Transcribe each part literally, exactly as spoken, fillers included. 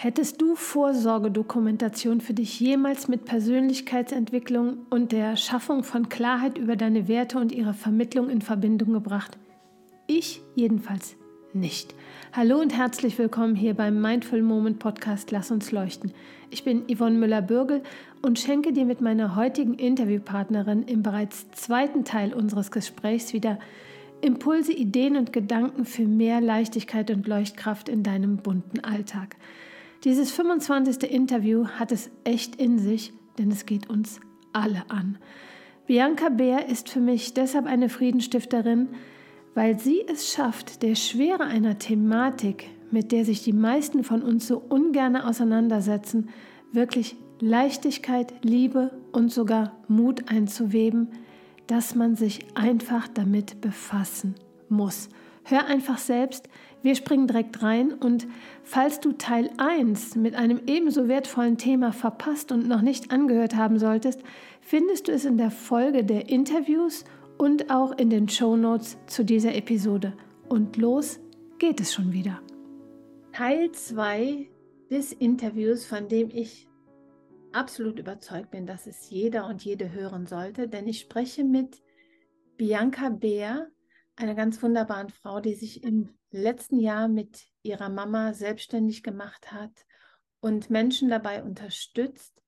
Hättest du Vorsorgedokumentation für dich jemals mit Persönlichkeitsentwicklung und der Schaffung von Klarheit über deine Werte und ihre Vermittlung in Verbindung gebracht? Ich jedenfalls nicht. Hallo und herzlich willkommen hier beim Mindful Moment Podcast Lass uns leuchten. Ich bin Yvonne Müller-Bürgel und schenke dir mit meiner heutigen Interviewpartnerin im bereits zweiten Teil unseres Gesprächs wieder Impulse, Ideen und Gedanken für mehr Leichtigkeit und Leuchtkraft in deinem bunten Alltag. Dieses fünfundzwanzigste Interview hat es echt in sich, denn es geht uns alle an. Bianca Beer ist für mich deshalb eine Friedensstifterin, weil sie es schafft, der Schwere einer Thematik, mit der sich die meisten von uns so ungern auseinandersetzen, wirklich Leichtigkeit, Liebe und sogar Mut einzuweben, dass man sich einfach damit befassen muss. Hör einfach selbst, wir springen direkt rein und falls du Teil eins mit einem ebenso wertvollen Thema verpasst und noch nicht angehört haben solltest, findest du es in der Folge der Interviews und auch in den Shownotes zu dieser Episode. Und los geht es schon wieder. Teil zwei des Interviews, von dem ich absolut überzeugt bin, dass es jeder und jede hören sollte, denn ich spreche mit Bianca Beer, einer ganz wunderbaren Frau, die sich im letzten Jahr mit ihrer Mama selbstständig gemacht hat und Menschen dabei unterstützt,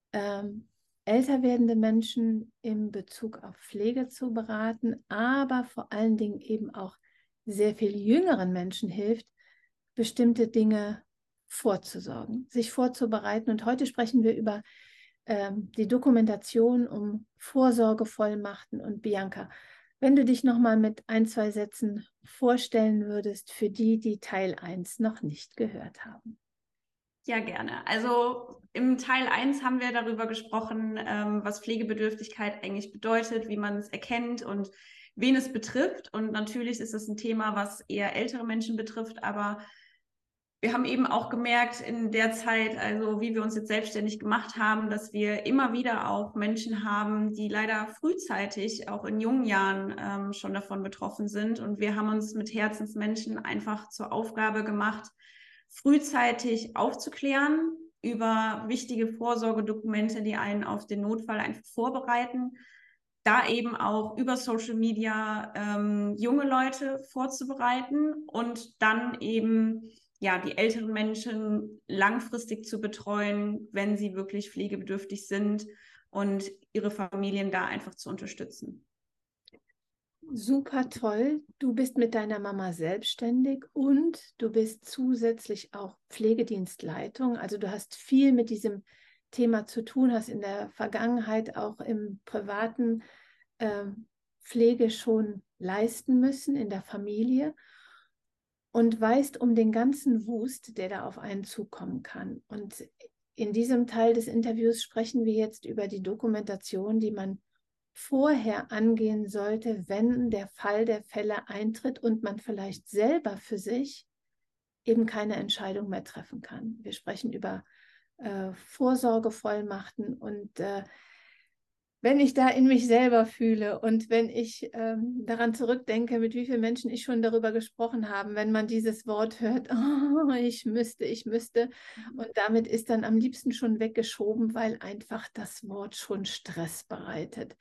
ähm, älter werdende Menschen in Bezug auf Pflege zu beraten, aber vor allen Dingen eben auch sehr viel jüngeren Menschen hilft, bestimmte Dinge vorzusorgen, sich vorzubereiten. Und heute sprechen wir über ähm, die Dokumentation um Vorsorgevollmachten. Und Bianca, wenn du dich nochmal mit ein, zwei Sätzen vorstellen würdest für die, die Teil eins noch nicht gehört haben. Ja, gerne. Also im Teil eins haben wir darüber gesprochen, ähm, was Pflegebedürftigkeit eigentlich bedeutet, wie man es erkennt und wen es betrifft. Und natürlich ist es ein Thema, was eher ältere Menschen betrifft, aber wir haben eben auch gemerkt in der Zeit, also wie wir uns jetzt selbstständig gemacht haben, dass wir immer wieder auch Menschen haben, die leider frühzeitig, auch in jungen Jahren ähm, schon davon betroffen sind. Und wir haben uns mit Herzensmenschen einfach zur Aufgabe gemacht, frühzeitig aufzuklären über wichtige Vorsorgedokumente, die einen auf den Notfall einfach vorbereiten, da eben auch über Social Media ähm, junge Leute vorzubereiten und dann eben ja, die älteren Menschen langfristig zu betreuen, wenn sie wirklich pflegebedürftig sind und ihre Familien da einfach zu unterstützen. Super toll. Du bist mit deiner Mama selbstständig und du bist zusätzlich auch Pflegedienstleitung. Also du hast viel mit diesem Thema zu tun, hast in der Vergangenheit auch im privaten äh, Pflege schon leisten müssen in der Familie und weißt um den ganzen Wust, der da auf einen zukommen kann. Und in diesem Teil des Interviews sprechen wir jetzt über die Dokumentation, die man vorher angehen sollte, wenn der Fall der Fälle eintritt und man vielleicht selber für sich eben keine Entscheidung mehr treffen kann. Wir sprechen über äh, Vorsorgevollmachten und äh, wenn ich da in mich selber fühle und wenn ich ähm, daran zurückdenke, mit wie vielen Menschen ich schon darüber gesprochen habe, wenn man dieses Wort hört, oh, ich müsste, ich müsste, und damit ist dann am liebsten schon weggeschoben, weil einfach das Wort schon Stress bereitet.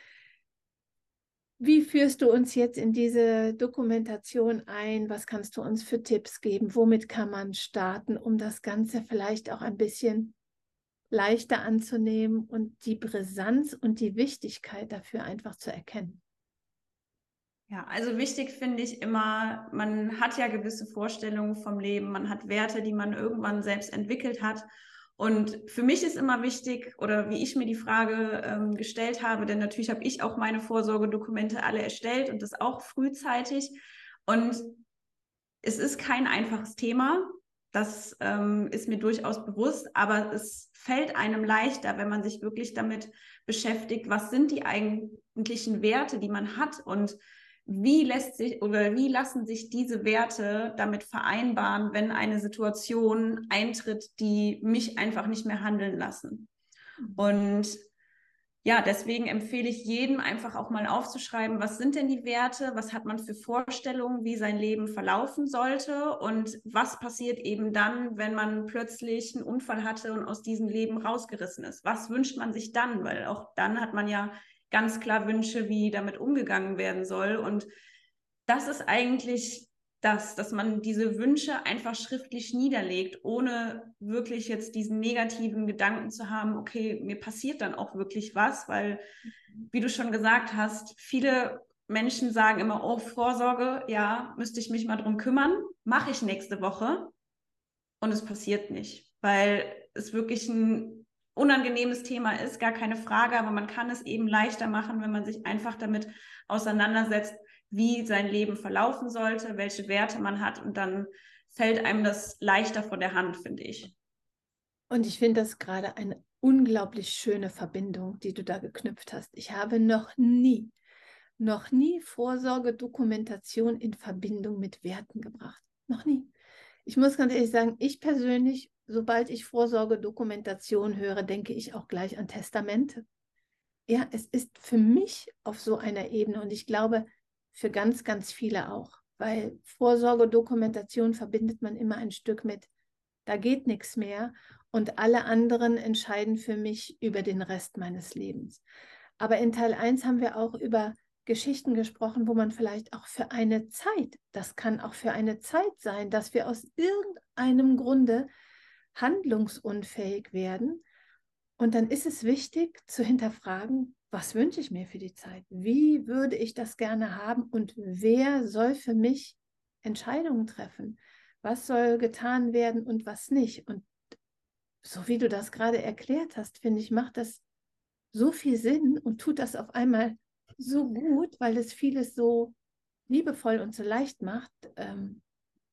Wie führst du uns jetzt in diese Dokumentation ein? Was kannst du uns für Tipps geben? Womit kann man starten, um das Ganze vielleicht auch ein bisschen leichter anzunehmen und die Brisanz und die Wichtigkeit dafür einfach zu erkennen? Ja, also wichtig finde ich immer, man hat ja gewisse Vorstellungen vom Leben, man hat Werte, die man irgendwann selbst entwickelt hat. Und für mich ist immer wichtig, oder wie ich mir die Frage ähm, gestellt habe, denn natürlich habe ich auch meine Vorsorgedokumente alle erstellt und das auch frühzeitig. Und es ist kein einfaches Thema, das ähm, ist mir durchaus bewusst, aber es fällt einem leichter, wenn man sich wirklich damit beschäftigt, was sind die eigentlichen Werte, die man hat und wie lässt sich oder wie lassen sich diese Werte damit vereinbaren, wenn eine Situation eintritt, die mich einfach nicht mehr handeln lassen. Und ja, deswegen empfehle ich jedem einfach auch mal aufzuschreiben, was sind denn die Werte, was hat man für Vorstellungen, wie sein Leben verlaufen sollte und was passiert eben dann, wenn man plötzlich einen Unfall hatte und aus diesem Leben rausgerissen ist. Was wünscht man sich dann? Weil auch dann hat man ja ganz klar Wünsche, wie damit umgegangen werden soll. Und das ist eigentlich das, dass man diese Wünsche einfach schriftlich niederlegt, ohne wirklich jetzt diesen negativen Gedanken zu haben, okay, mir passiert dann auch wirklich was, weil, wie du schon gesagt hast, viele Menschen sagen immer, oh, Vorsorge, ja, müsste ich mich mal drum kümmern, mache ich nächste Woche und es passiert nicht, weil es wirklich ein unangenehmes Thema ist, gar keine Frage, aber man kann es eben leichter machen, wenn man sich einfach damit auseinandersetzt, wie sein Leben verlaufen sollte, welche Werte man hat und dann fällt einem das leichter von der Hand, finde ich. Und ich finde das gerade eine unglaublich schöne Verbindung, die du da geknüpft hast. Ich habe noch nie, noch nie Vorsorgedokumentation in Verbindung mit Werten gebracht. Noch nie. Ich muss ganz ehrlich sagen, ich persönlich, sobald ich Vorsorgedokumentation höre, denke ich auch gleich an Testamente. Ja, es ist für mich auf so einer Ebene und ich glaube für ganz, ganz viele auch, weil Vorsorgedokumentation verbindet man immer ein Stück mit, da geht nichts mehr und alle anderen entscheiden für mich über den Rest meines Lebens. Aber in Teil eins haben wir auch über Geschichten gesprochen, wo man vielleicht auch für eine Zeit, das kann auch für eine Zeit sein, dass wir aus irgendeinem Grunde handlungsunfähig werden. Und dann ist es wichtig zu hinterfragen, was wünsche ich mir für die Zeit? Wie würde ich das gerne haben? Und wer soll für mich Entscheidungen treffen? Was soll getan werden und was nicht? Und so wie du das gerade erklärt hast, finde ich, macht das so viel Sinn und tut das auf einmal so gut, weil es vieles so liebevoll und so leicht macht. Ähm,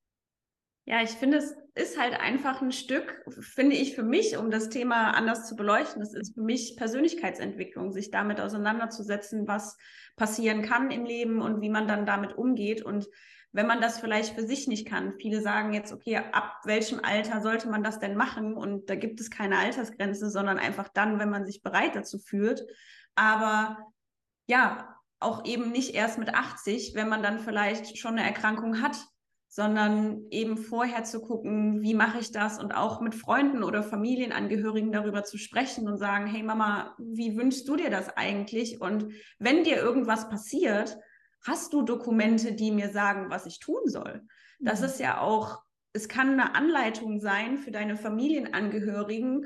Ja, ich finde, es ist halt einfach ein Stück, finde ich für mich, um das Thema anders zu beleuchten, es ist für mich Persönlichkeitsentwicklung, sich damit auseinanderzusetzen, was passieren kann im Leben und wie man dann damit umgeht. Und wenn man das vielleicht für sich nicht kann, viele sagen jetzt, okay, ab welchem Alter sollte man das denn machen? Und da gibt es keine Altersgrenze, sondern einfach dann, wenn man sich bereit dazu fühlt. Aber ja, auch eben nicht erst mit achtzig, wenn man dann vielleicht schon eine Erkrankung hat, sondern eben vorher zu gucken, wie mache ich das und auch mit Freunden oder Familienangehörigen darüber zu sprechen und sagen, hey Mama, wie wünschst du dir das eigentlich? Und wenn dir irgendwas passiert, hast du Dokumente, die mir sagen, was ich tun soll? Das ist ja auch, es kann eine Anleitung sein für deine Familienangehörigen,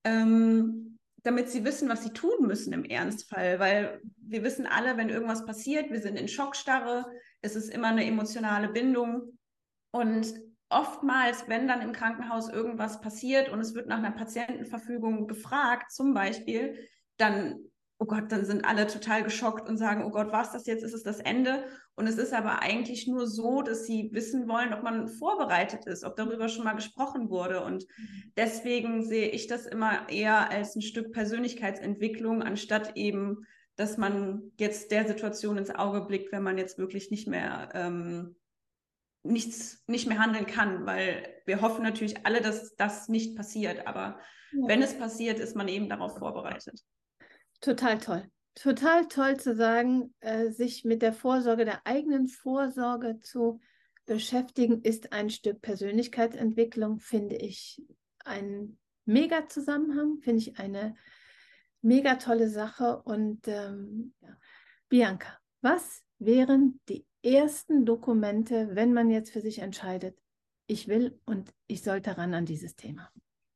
ähm, damit sie wissen, was sie tun müssen im Ernstfall, weil wir wissen alle, wenn irgendwas passiert, wir sind in Schockstarre, es ist immer eine emotionale Bindung und oftmals, wenn dann im Krankenhaus irgendwas passiert und es wird nach einer Patientenverfügung gefragt, zum Beispiel, dann, oh Gott, dann sind alle total geschockt und sagen, oh Gott, was ist das jetzt? Ist es das Ende? Und es ist aber eigentlich nur so, dass sie wissen wollen, ob man vorbereitet ist, ob darüber schon mal gesprochen wurde. Und deswegen sehe ich das immer eher als ein Stück Persönlichkeitsentwicklung, anstatt eben, dass man jetzt der Situation ins Auge blickt, wenn man jetzt wirklich nicht mehr ähm, nichts nicht mehr handeln kann, weil wir hoffen natürlich alle, dass das nicht passiert, aber ja, wenn es passiert, ist man eben darauf vorbereitet. Total toll. Total toll zu sagen, äh, sich mit der Vorsorge, der eigenen Vorsorge zu beschäftigen, ist ein Stück Persönlichkeitsentwicklung, finde ich ein mega Zusammenhang, finde ich eine mega tolle Sache. Und ähm, ja. Bianca, was wären die ersten Dokumente, wenn man jetzt für sich entscheidet, ich will und ich sollte ran an dieses Thema?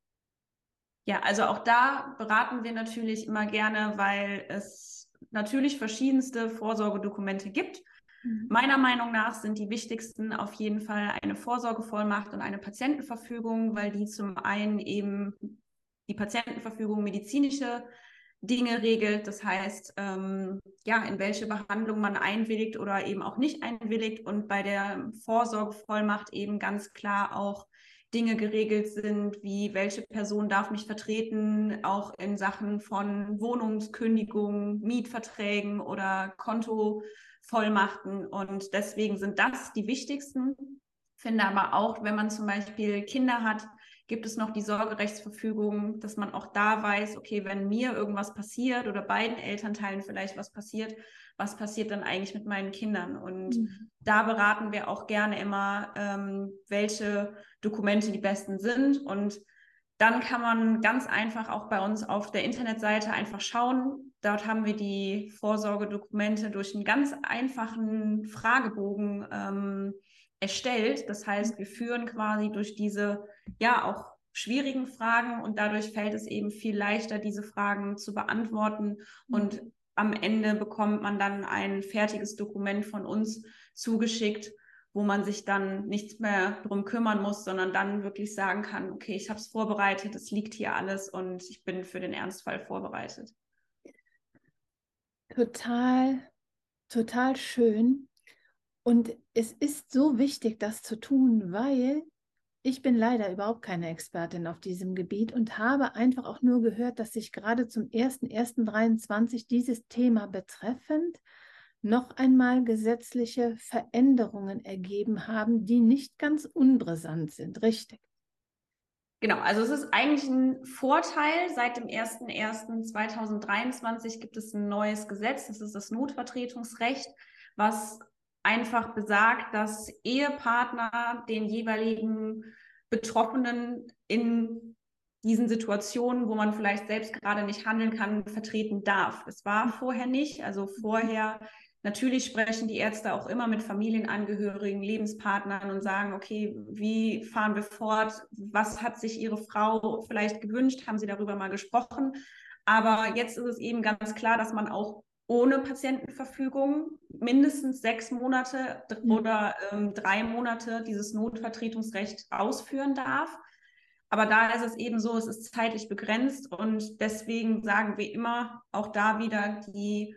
Ja, also auch da beraten wir natürlich immer gerne, weil es natürlich verschiedenste Vorsorgedokumente gibt. Mhm. Meiner Meinung nach sind die wichtigsten auf jeden Fall eine Vorsorgevollmacht und eine Patientenverfügung, weil die zum einen eben die Patientenverfügung medizinische Dinge regelt. Das heißt, ähm, ja, in welche Behandlung man einwilligt oder eben auch nicht einwilligt und bei der Vorsorgevollmacht eben ganz klar auch Dinge geregelt sind, wie welche Person darf mich vertreten, auch in Sachen von Wohnungskündigung, Mietverträgen oder Kontovollmachten. Und deswegen sind das die wichtigsten. Ich finde aber auch, wenn man zum Beispiel Kinder hat, gibt es noch die Sorgerechtsverfügung, dass man auch da weiß, okay, wenn mir irgendwas passiert oder beiden Elternteilen vielleicht was passiert, was passiert dann eigentlich mit meinen Kindern? Und mhm. da beraten wir auch gerne immer, ähm, welche Dokumente die besten sind. Und dann kann man ganz einfach auch bei uns auf der Internetseite einfach schauen. Dort haben wir die Vorsorgedokumente durch einen ganz einfachen Fragebogen ähm, erstellt. Das heißt, wir führen quasi durch diese, ja, auch schwierigen Fragen und dadurch fällt es eben viel leichter, diese Fragen zu beantworten. Und am Ende bekommt man dann ein fertiges Dokument von uns zugeschickt, wo man sich dann nichts mehr drum kümmern muss, sondern dann wirklich sagen kann, okay, ich habe es vorbereitet, es liegt hier alles und ich bin für den Ernstfall vorbereitet. Total, total schön. Und es ist so wichtig, das zu tun, weil ich bin leider überhaupt keine Expertin auf diesem Gebiet und habe einfach auch nur gehört, dass sich gerade zum ersten ersten dreiundzwanzig dieses Thema betreffend noch einmal gesetzliche Veränderungen ergeben haben, die nicht ganz unbrisant sind, richtig? Genau, also es ist eigentlich ein Vorteil. Seit dem ersten ersten zweitausenddreiundzwanzig gibt es ein neues Gesetz, das ist das Notvertretungsrecht, was einfach besagt, dass Ehepartner den jeweiligen Betroffenen in diesen Situationen, wo man vielleicht selbst gerade nicht handeln kann, vertreten darf. Das war vorher nicht. Also vorher, natürlich sprechen die Ärzte auch immer mit Familienangehörigen, Lebenspartnern und sagen, okay, wie fahren wir fort? Was hat sich Ihre Frau vielleicht gewünscht? Haben Sie darüber mal gesprochen? Aber jetzt ist es eben ganz klar, dass man auch ohne Patientenverfügung mindestens sechs Monate oder ähm, drei Monate dieses Notvertretungsrecht ausführen darf. Aber da ist es eben so, es ist zeitlich begrenzt und deswegen sagen wir immer auch da wieder, die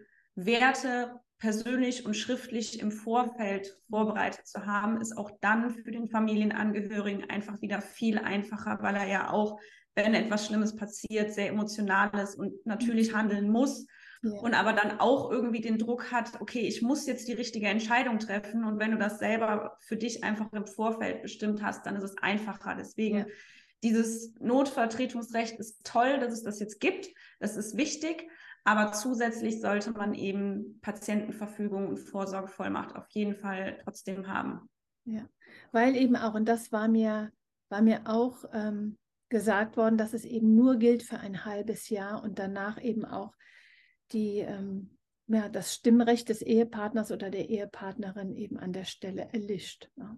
Werte persönlich und schriftlich im Vorfeld vorbereitet zu haben, ist auch dann für den Familienangehörigen einfach wieder viel einfacher, weil er ja auch, wenn etwas Schlimmes passiert, sehr emotional ist und natürlich handeln muss. Ja. Und aber dann auch irgendwie den Druck hat, okay, ich muss jetzt die richtige Entscheidung treffen und wenn du das selber für dich einfach im Vorfeld bestimmt hast, dann ist es einfacher. Deswegen ja. Dieses Notvertretungsrecht ist toll, dass es das jetzt gibt, das ist wichtig, aber zusätzlich sollte man eben Patientenverfügung und Vorsorgevollmacht auf jeden Fall trotzdem haben. Ja, weil eben auch, und das war mir, war mir auch ähm, gesagt worden, dass es eben nur gilt für ein halbes Jahr und danach eben auch die, ähm, ja, das Stimmrecht des Ehepartners oder der Ehepartnerin eben an der Stelle erlischt. Ja.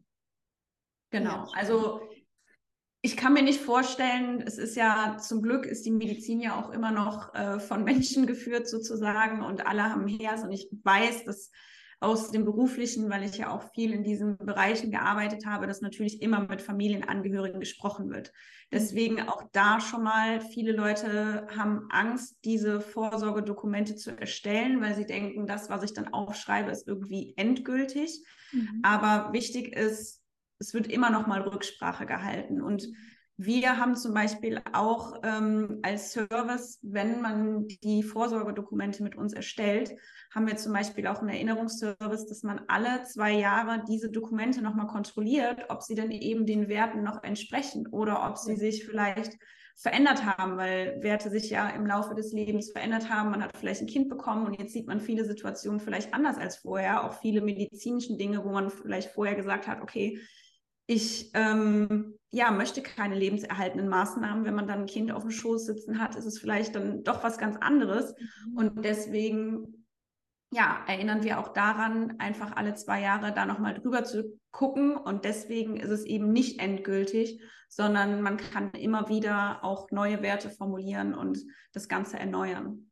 Genau, ja, also ich kann mir nicht vorstellen, es ist ja, zum Glück ist die Medizin ja auch immer noch äh, von Menschen geführt sozusagen und alle haben Herz und ich weiß, dass aus dem Beruflichen, weil ich ja auch viel in diesen Bereichen gearbeitet habe, dass natürlich immer mit Familienangehörigen gesprochen wird. Deswegen auch da schon mal, viele Leute haben Angst, diese Vorsorgedokumente zu erstellen, weil sie denken, das, was ich dann aufschreibe, ist irgendwie endgültig. Mhm. Aber wichtig ist, es wird immer noch mal Rücksprache gehalten und wir haben zum Beispiel auch ähm, als Service, wenn man die Vorsorgedokumente mit uns erstellt, haben wir zum Beispiel auch einen Erinnerungsservice, dass man alle zwei Jahre diese Dokumente nochmal kontrolliert, ob sie denn eben den Werten noch entsprechen oder ob sie sich vielleicht verändert haben, weil Werte sich ja im Laufe des Lebens verändert haben. Man hat vielleicht ein Kind bekommen und jetzt sieht man viele Situationen vielleicht anders als vorher, auch viele medizinische Dinge, wo man vielleicht vorher gesagt hat, okay, ich ähm, ja, möchte keine lebenserhaltenden Maßnahmen. Wenn man dann ein Kind auf dem Schoß sitzen hat, ist es vielleicht dann doch was ganz anderes. Mhm. Und deswegen ja, erinnern wir auch daran, einfach alle zwei Jahre da nochmal drüber zu gucken. Und deswegen ist es eben nicht endgültig, sondern man kann immer wieder auch neue Werte formulieren und das Ganze erneuern.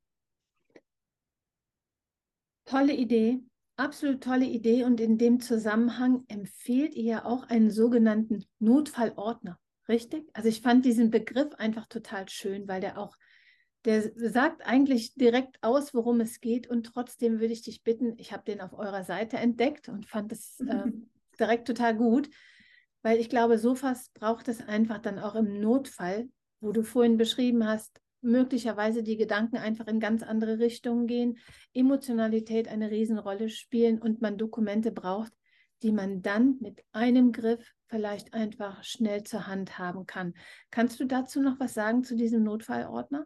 Tolle Idee. Absolut tolle Idee und in dem Zusammenhang empfehlt ihr ja auch einen sogenannten Notfallordner, richtig? Also ich fand diesen Begriff einfach total schön, weil der auch, der sagt eigentlich direkt aus, worum es geht und trotzdem würde ich dich bitten, ich habe den auf eurer Seite entdeckt und fand es äh, direkt total gut, weil ich glaube, so fast braucht es einfach dann auch im Notfall, wo du vorhin beschrieben hast, möglicherweise die Gedanken einfach in ganz andere Richtungen gehen, Emotionalität eine Riesenrolle spielen und man Dokumente braucht, die man dann mit einem Griff vielleicht einfach schnell zur Hand haben kann. Kannst du dazu noch was sagen zu diesem Notfallordner?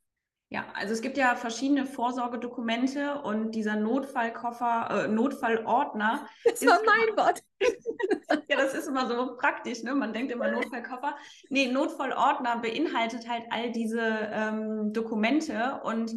Ja, also es gibt ja verschiedene Vorsorgedokumente und dieser Notfallkoffer, äh, Notfallordner Das ist war mein Wort. ja, das ist immer so praktisch, ne? Man denkt immer Notfallkoffer. Nee, Notfallordner beinhaltet halt all diese ähm, Dokumente und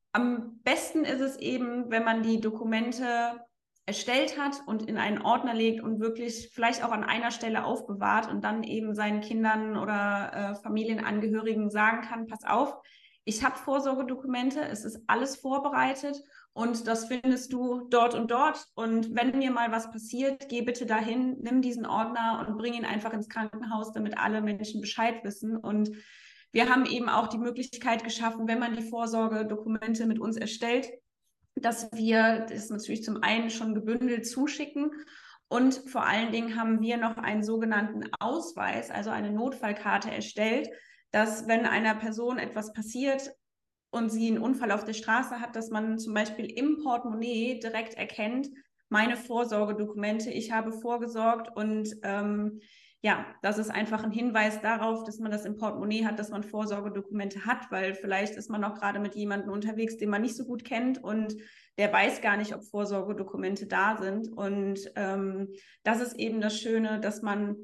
am besten ist es eben, wenn man die Dokumente erstellt hat und in einen Ordner legt und wirklich vielleicht auch an einer Stelle aufbewahrt und dann eben seinen Kindern oder äh, Familienangehörigen sagen kann, pass auf, ich habe Vorsorgedokumente, es ist alles vorbereitet und das findest du dort und dort. Und wenn mir mal was passiert, geh bitte dahin, nimm diesen Ordner und bring ihn einfach ins Krankenhaus, damit alle Menschen Bescheid wissen. Und wir haben eben auch die Möglichkeit geschaffen, wenn man die Vorsorgedokumente mit uns erstellt, dass wir das natürlich zum einen schon gebündelt zuschicken. Und vor allen Dingen haben wir noch einen sogenannten Ausweis, also eine Notfallkarte erstellt, dass wenn einer Person etwas passiert und sie einen Unfall auf der Straße hat, dass man zum Beispiel im Portemonnaie direkt erkennt, meine Vorsorgedokumente, ich habe vorgesorgt und ähm, ja, das ist einfach ein Hinweis darauf, dass man das im Portemonnaie hat, dass man Vorsorgedokumente hat, weil vielleicht ist man auch gerade mit jemandem unterwegs, den man nicht so gut kennt und der weiß gar nicht, ob Vorsorgedokumente da sind. Und ähm, das ist eben das Schöne, dass man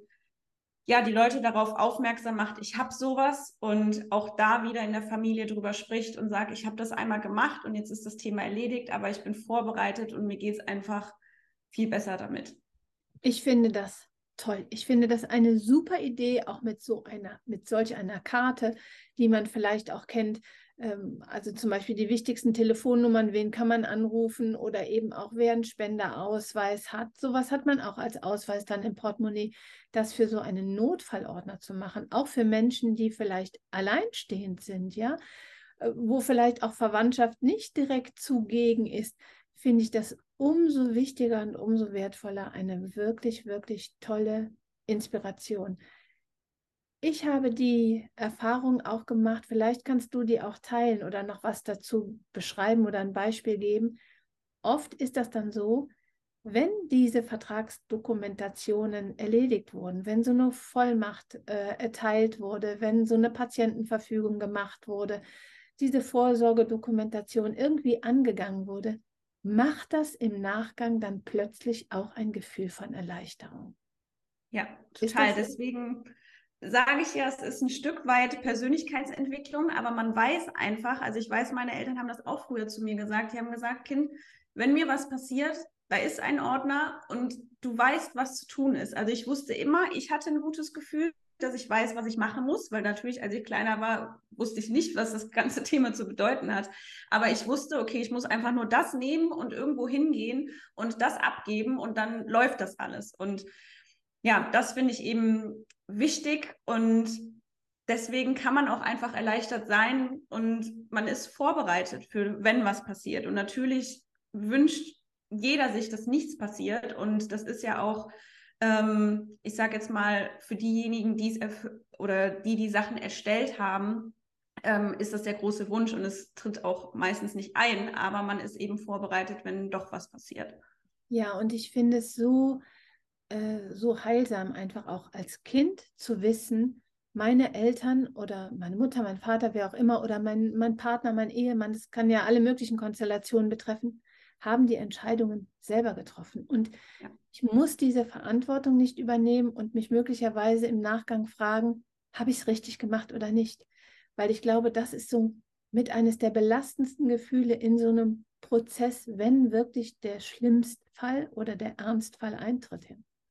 ja die Leute darauf aufmerksam macht, ich habe sowas und auch da wieder in der Familie drüber spricht und sagt, ich habe das einmal gemacht und jetzt ist das Thema erledigt, aber ich bin vorbereitet und mir geht es einfach viel besser damit. Ich finde das toll. Ich finde das eine super Idee, auch mit so einer, mit solch einer Karte, die man vielleicht auch kennt. Ähm, also zum Beispiel die wichtigsten Telefonnummern, wen kann man anrufen oder eben auch wer einen Spenderausweis hat. Sowas hat man auch als Ausweis dann im Portemonnaie. Das für so einen Notfallordner zu machen, auch für Menschen, die vielleicht alleinstehend sind, ja, äh, wo vielleicht auch Verwandtschaft nicht direkt zugegen ist, finde ich das umso wichtiger und umso wertvoller, eine wirklich, wirklich tolle Inspiration. Ich habe die Erfahrung auch gemacht, vielleicht kannst du die auch teilen oder noch was dazu beschreiben oder ein Beispiel geben. Oft ist das dann so, wenn diese Vertragsdokumentationen erledigt wurden, wenn so eine Vollmacht äh, erteilt wurde, wenn so eine Patientenverfügung gemacht wurde, diese Vorsorgedokumentation irgendwie angegangen wurde, macht das im Nachgang dann plötzlich auch ein Gefühl von Erleichterung. Ja, Ist total. das so? Deswegen sage ich ja, es ist ein Stück weit Persönlichkeitsentwicklung, aber man weiß einfach, also ich weiß, meine Eltern haben das auch früher zu mir gesagt, die haben gesagt, Kind, wenn mir was passiert, da ist ein Ordner und du weißt, was zu tun ist. Also ich wusste immer, ich hatte ein gutes Gefühl, dass ich weiß, was ich machen muss, weil natürlich, als ich kleiner war, wusste ich nicht, was das ganze Thema zu bedeuten hat. Aber ich wusste, okay, ich muss einfach nur das nehmen und irgendwo hingehen und das abgeben und dann läuft das alles. Und ja, das finde ich eben wichtig und deswegen kann man auch einfach erleichtert sein und man ist vorbereitet für, wenn was passiert. Und natürlich wünscht jeder sich, dass nichts passiert und das ist ja auch, ähm, ich sage jetzt mal, für diejenigen, die es oder die die Sachen erstellt haben, ähm, ist das der große Wunsch und es tritt auch meistens nicht ein, aber man ist eben vorbereitet, wenn doch was passiert. Ja, und ich finde es so, äh, so heilsam, einfach auch als Kind zu wissen, meine Eltern oder meine Mutter, mein Vater, wer auch immer, oder mein, mein Partner, mein Ehemann, das kann ja alle möglichen Konstellationen betreffen, haben die Entscheidungen selber getroffen. Und Ja. ich muss diese Verantwortung nicht übernehmen und mich möglicherweise im Nachgang fragen, habe ich es richtig gemacht oder nicht? Weil ich glaube, das ist so mit eines der belastendsten Gefühle in so einem Prozess, wenn wirklich der Schlimmstfall oder der Ernstfall eintritt.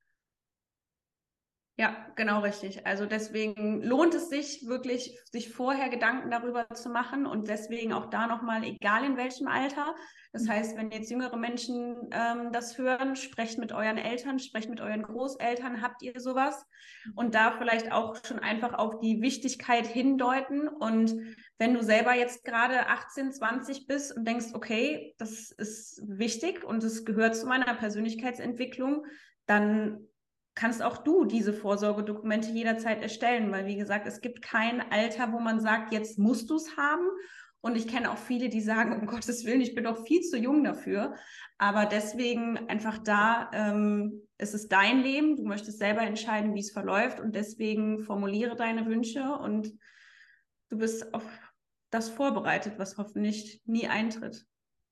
Ja, genau richtig. Also deswegen lohnt es sich wirklich, sich vorher Gedanken darüber zu machen und deswegen auch da nochmal, egal in welchem Alter. Das heißt, wenn jetzt jüngere Menschen ähm, das hören, sprecht mit euren Eltern, sprecht mit euren Großeltern, habt ihr sowas? Und da vielleicht auch schon einfach auf die Wichtigkeit hindeuten. Und wenn du selber jetzt gerade achtzehn, zwanzig bist und denkst, okay, das ist wichtig und es gehört zu meiner Persönlichkeitsentwicklung, dann kannst auch du diese Vorsorgedokumente jederzeit erstellen, weil wie gesagt, es gibt kein Alter, wo man sagt, jetzt musst du es haben. Und ich kenne auch viele, die sagen, um Gottes Willen, ich bin doch viel zu jung dafür. Aber deswegen einfach da ähm, es ist dein Leben, du möchtest selber entscheiden, wie es verläuft und deswegen formuliere deine Wünsche und du bist auf das vorbereitet, was hoffentlich nie eintritt.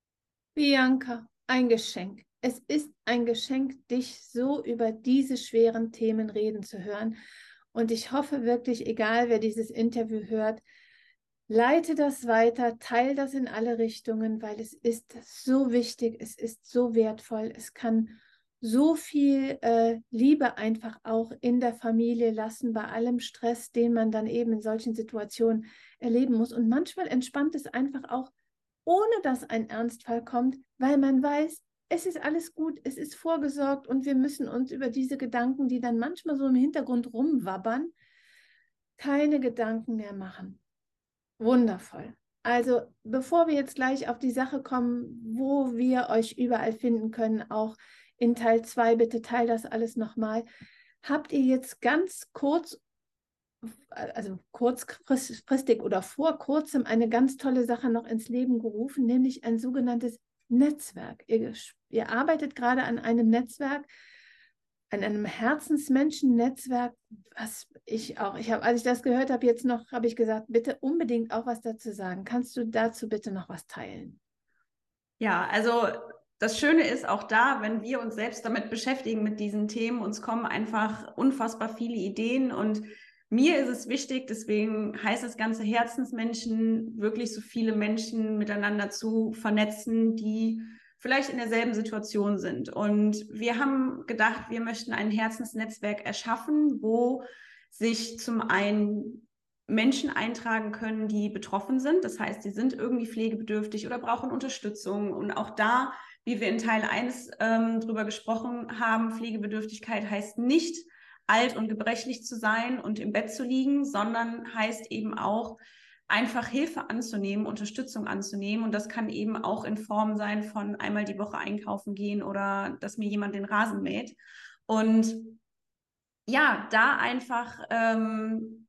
Bianca, ein Geschenk. Es ist ein Geschenk, dich so über diese schweren Themen reden zu hören. Und ich hoffe wirklich, egal wer dieses Interview hört, leite das weiter, teile das in alle Richtungen, weil es ist so wichtig, es ist so wertvoll, es kann so viel äh, Liebe einfach auch in der Familie lassen, bei allem Stress, den man dann eben in solchen Situationen erleben muss. Und manchmal entspannt es einfach auch, ohne dass ein Ernstfall kommt, weil man weiß, es ist alles gut, es ist vorgesorgt und wir müssen uns über diese Gedanken, die dann manchmal so im Hintergrund rumwabbern, keine Gedanken mehr machen. Wundervoll. Also bevor wir jetzt gleich auf die Sache kommen, wo wir euch überall finden können, auch in Teil zwei, bitte teil das alles nochmal, habt ihr jetzt ganz kurz, also kurzfristig oder vor kurzem eine ganz tolle Sache noch ins Leben gerufen, nämlich ein sogenanntes Netzwerk. Ihr, ihr arbeitet gerade an einem Netzwerk, an einem Herzensmenschen-Netzwerk, was ich auch, ich habe, als ich das gehört habe, jetzt noch, habe ich gesagt, bitte unbedingt auch was dazu sagen. Kannst du dazu bitte noch was teilen? Ja, also das Schöne ist auch da, wenn wir uns selbst damit beschäftigen, mit diesen Themen, uns kommen einfach unfassbar viele Ideen und mir ist es wichtig, deswegen heißt das Ganze Herzensmenschen, wirklich so viele Menschen miteinander zu vernetzen, die vielleicht in derselben Situation sind. Und wir haben gedacht, wir möchten ein Herzensnetzwerk erschaffen, wo sich zum einen Menschen eintragen können, die betroffen sind. Das heißt, sie sind irgendwie pflegebedürftig oder brauchen Unterstützung. Und auch da, wie wir in Teil eins ähm, drüber gesprochen haben, Pflegebedürftigkeit heißt nicht, alt und gebrechlich zu sein und im Bett zu liegen, sondern heißt eben auch, einfach Hilfe anzunehmen, Unterstützung anzunehmen. Und das kann eben auch in Form sein von einmal die Woche einkaufen gehen oder dass mir jemand den Rasen mäht. Und ja, da einfach ähm,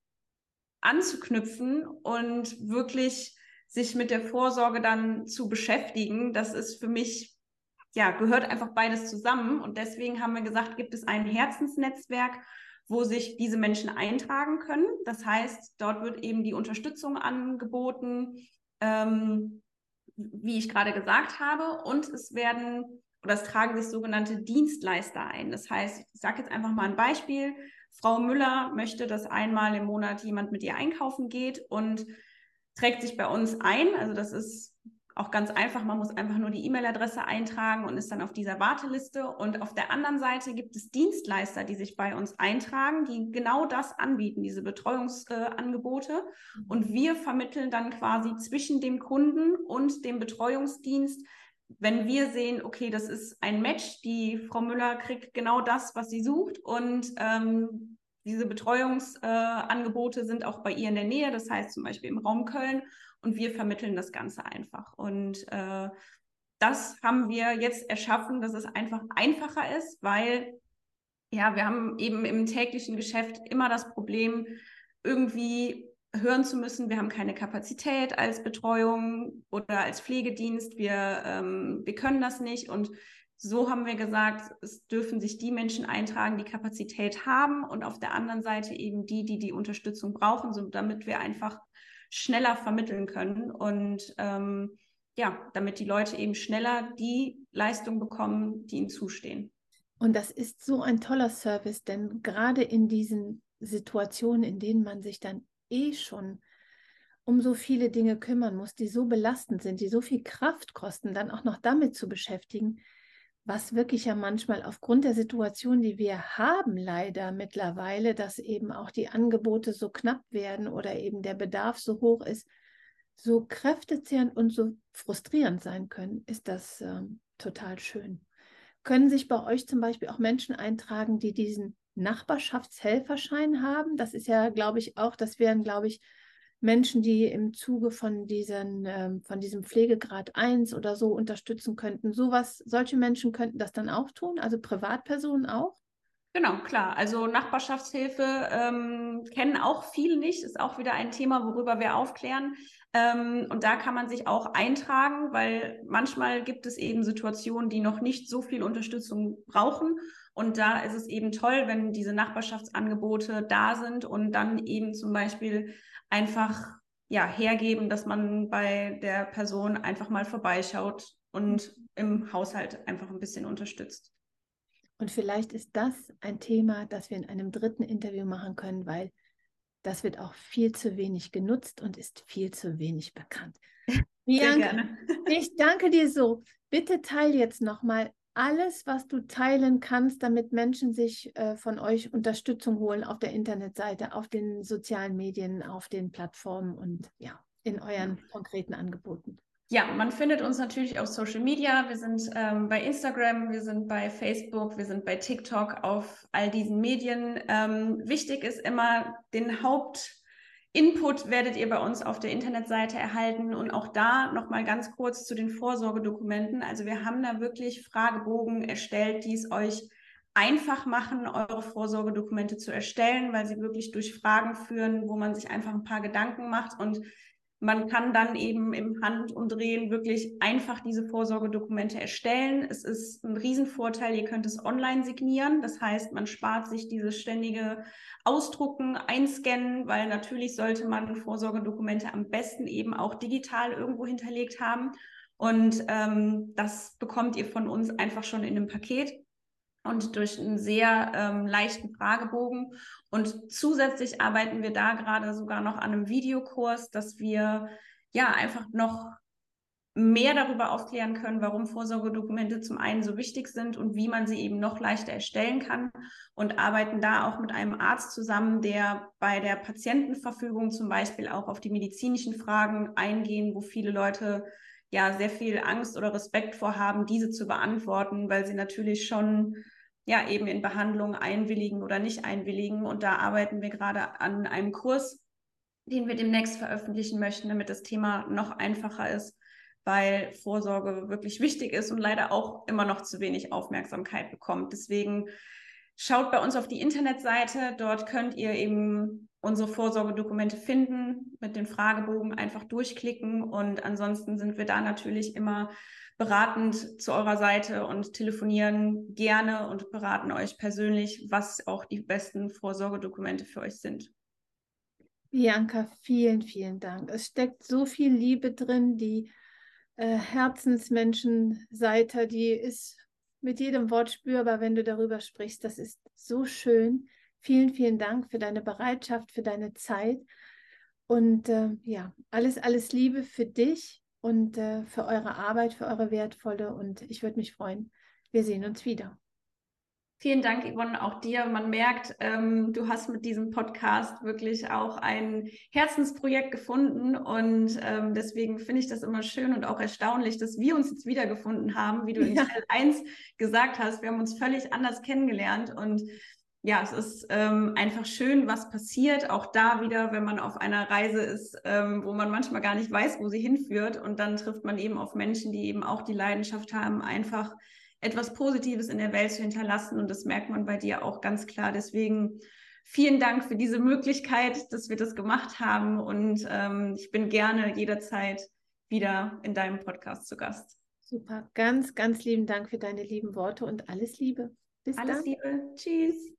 anzuknüpfen und wirklich sich mit der Vorsorge dann zu beschäftigen, das ist für mich, ja, gehört einfach beides zusammen. Und deswegen haben wir gesagt, gibt es ein Herzensnetzwerk, wo sich diese Menschen eintragen können. Das heißt, dort wird eben die Unterstützung angeboten, ähm, wie ich gerade gesagt habe. Und es werden, oder es tragen sich sogenannte Dienstleister ein. Das heißt, ich sage jetzt einfach mal ein Beispiel. Frau Müller möchte, dass einmal im Monat jemand mit ihr einkaufen geht und trägt sich bei uns ein. Also das ist auch ganz einfach. Man muss einfach nur die E-Mail-Adresse eintragen und ist dann auf dieser Warteliste. Und auf der anderen Seite gibt es Dienstleister, die sich bei uns eintragen, die genau das anbieten, diese Betreuungsangebote. Äh, und wir vermitteln dann quasi zwischen dem Kunden und dem Betreuungsdienst, wenn wir sehen, okay, das ist ein Match, die Frau Müller kriegt genau das, was sie sucht und ähm, diese Betreuungsangebote äh, sind auch bei ihr in der Nähe, das heißt zum Beispiel im Raum Köln und wir vermitteln das Ganze einfach. Und äh, das haben wir jetzt erschaffen, dass es einfach einfacher ist, weil ja, wir haben eben im täglichen Geschäft immer das Problem, irgendwie hören zu müssen, wir haben keine Kapazität als Betreuung oder als Pflegedienst, wir, ähm, wir können das nicht. Und so haben wir gesagt, es dürfen sich die Menschen eintragen, die Kapazität haben und auf der anderen Seite eben die, die die Unterstützung brauchen, so, damit wir einfach schneller vermitteln können und ähm, ja, damit die Leute eben schneller die Leistung bekommen, die ihnen zustehen. Und das ist so ein toller Service, denn gerade in diesen Situationen, in denen man sich dann eh schon um so viele Dinge kümmern muss, die so belastend sind, die so viel Kraft kosten, dann auch noch damit zu beschäftigen, was wirklich ja manchmal aufgrund der Situation, die wir haben, leider mittlerweile, dass eben auch die Angebote so knapp werden oder eben der Bedarf so hoch ist, so kräftezehrend und so frustrierend sein können, ist das ähm, total schön. Können sich bei euch zum Beispiel auch Menschen eintragen, die diesen Nachbarschaftshelferschein haben? Das ist ja, glaube ich, auch, das wären, glaube ich, Menschen, die im Zuge von, diesen, ähm, von diesem Pflegegrad eins oder so unterstützen könnten. Sowas, solche Menschen könnten das dann auch tun, also Privatpersonen auch? Genau, klar. Also Nachbarschaftshilfe ähm, kennen auch viele nicht, ist auch wieder ein Thema, worüber wir aufklären. Ähm, und da kann man sich auch eintragen, weil manchmal gibt es eben Situationen, die noch nicht so viel Unterstützung brauchen. Und da ist es eben toll, wenn diese Nachbarschaftsangebote da sind und dann eben zum Beispiel einfach ja, hergeben, dass man bei der Person einfach mal vorbeischaut und im Haushalt einfach ein bisschen unterstützt. Und vielleicht ist das ein Thema, das wir in einem dritten Interview machen können, weil das wird auch viel zu wenig genutzt und ist viel zu wenig bekannt. Sehr Bianca, gerne. ich danke dir so. Bitte teile jetzt nochmal alles, was du teilen kannst, damit Menschen sich äh, von euch Unterstützung holen auf der Internetseite, auf den sozialen Medien, auf den Plattformen und ja, in euren ja. konkreten Angeboten. Ja, man findet uns natürlich auf Social Media. Wir sind ähm, bei Instagram, wir sind bei Facebook, wir sind bei TikTok, auf all diesen Medien. Ähm, wichtig ist immer, den Hauptinput werdet ihr bei uns auf der Internetseite erhalten und auch da nochmal ganz kurz zu den Vorsorgedokumenten. Also wir haben da wirklich Fragebogen erstellt, die es euch einfach machen, eure Vorsorgedokumente zu erstellen, weil sie wirklich durch Fragen führen, wo man sich einfach ein paar Gedanken macht und man kann dann eben im Handumdrehen wirklich einfach diese Vorsorgedokumente erstellen. Es ist ein Riesenvorteil, ihr könnt es online signieren. Das heißt, man spart sich dieses ständige Ausdrucken, Einscannen, weil natürlich sollte man Vorsorgedokumente am besten eben auch digital irgendwo hinterlegt haben. Und ähm, das bekommt ihr von uns einfach schon in einem Paket und durch einen sehr ähm, leichten Fragebogen. Und zusätzlich arbeiten wir da gerade sogar noch an einem Videokurs, dass wir ja einfach noch mehr darüber aufklären können, warum Vorsorgedokumente zum einen so wichtig sind und wie man sie eben noch leichter erstellen kann und arbeiten da auch mit einem Arzt zusammen, der bei der Patientenverfügung zum Beispiel auch auf die medizinischen Fragen eingehen, wo viele Leute ja sehr viel Angst oder Respekt vorhaben, diese zu beantworten, weil sie natürlich schon ja eben in Behandlung einwilligen oder nicht einwilligen. Und da arbeiten wir gerade an einem Kurs, den wir demnächst veröffentlichen möchten, damit das Thema noch einfacher ist, weil Vorsorge wirklich wichtig ist und leider auch immer noch zu wenig Aufmerksamkeit bekommt. Deswegen schaut bei uns auf die Internetseite, dort könnt ihr eben unsere Vorsorgedokumente finden, mit dem Fragebogen einfach durchklicken und ansonsten sind wir da natürlich immer beratend zu eurer Seite und telefonieren gerne und beraten euch persönlich, was auch die besten Vorsorgedokumente für euch sind. Bianca, vielen, vielen Dank. Es steckt so viel Liebe drin, die äh, Herzensmenschenseite, die ist mit jedem Wort spürbar, wenn du darüber sprichst. Das ist so schön. Vielen, vielen Dank für deine Bereitschaft, für deine Zeit und äh, ja, alles, alles Liebe für dich und äh, für eure Arbeit, für eure wertvolle und ich würde mich freuen, wir sehen uns wieder. Vielen Dank, Yvonne, auch dir. Man merkt, ähm, du hast mit diesem Podcast wirklich auch ein Herzensprojekt gefunden und ähm, deswegen finde ich das immer schön und auch erstaunlich, dass wir uns jetzt wiedergefunden haben, wie du in ja. Teil eins gesagt hast. Wir haben uns völlig anders kennengelernt und ja, es ist ähm, einfach schön, was passiert. Auch da wieder, wenn man auf einer Reise ist, ähm, wo man manchmal gar nicht weiß, wo sie hinführt und dann trifft man eben auf Menschen, die eben auch die Leidenschaft haben, einfach etwas Positives in der Welt zu hinterlassen und das merkt man bei dir auch ganz klar. Deswegen vielen Dank für diese Möglichkeit, dass wir das gemacht haben und ähm, ich bin gerne jederzeit wieder in deinem Podcast zu Gast. Super, ganz, ganz lieben Dank für deine lieben Worte und alles Liebe. Bis dann. Alles Liebe, tschüss.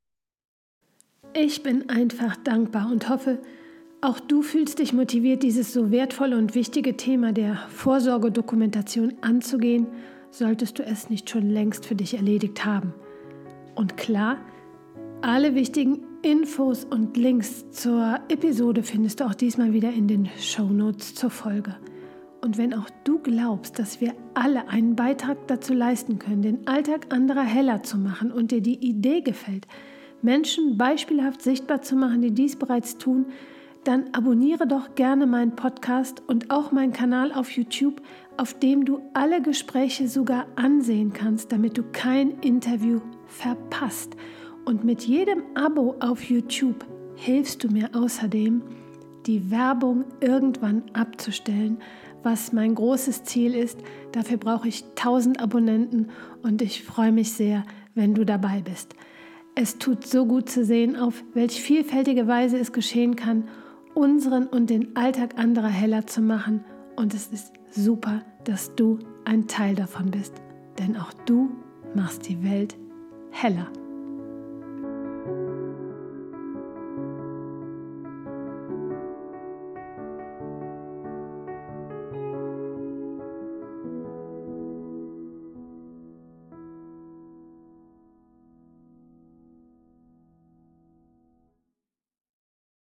Ich bin einfach dankbar und hoffe, auch du fühlst dich motiviert, dieses so wertvolle und wichtige Thema der Vorsorgedokumentation anzugehen, solltest du es nicht schon längst für dich erledigt haben. Und klar, alle wichtigen Infos und Links zur Episode findest du auch diesmal wieder in den Shownotes zur Folge. Und wenn auch du glaubst, dass wir alle einen Beitrag dazu leisten können, den Alltag anderer heller zu machen und dir die Idee gefällt, Menschen beispielhaft sichtbar zu machen, die dies bereits tun, dann abonniere doch gerne meinen Podcast und auch meinen Kanal auf YouTube, auf dem du alle Gespräche sogar ansehen kannst, damit du kein Interview verpasst. Und mit jedem Abo auf YouTube hilfst du mir außerdem, die Werbung irgendwann abzustellen, was mein großes Ziel ist. Dafür brauche ich tausend Abonnenten und ich freue mich sehr, wenn du dabei bist. Es tut so gut zu sehen, auf welch vielfältige Weise es geschehen kann, unseren und den Alltag anderer heller zu machen. Und es ist super, dass du ein Teil davon bist. Denn auch du machst die Welt heller.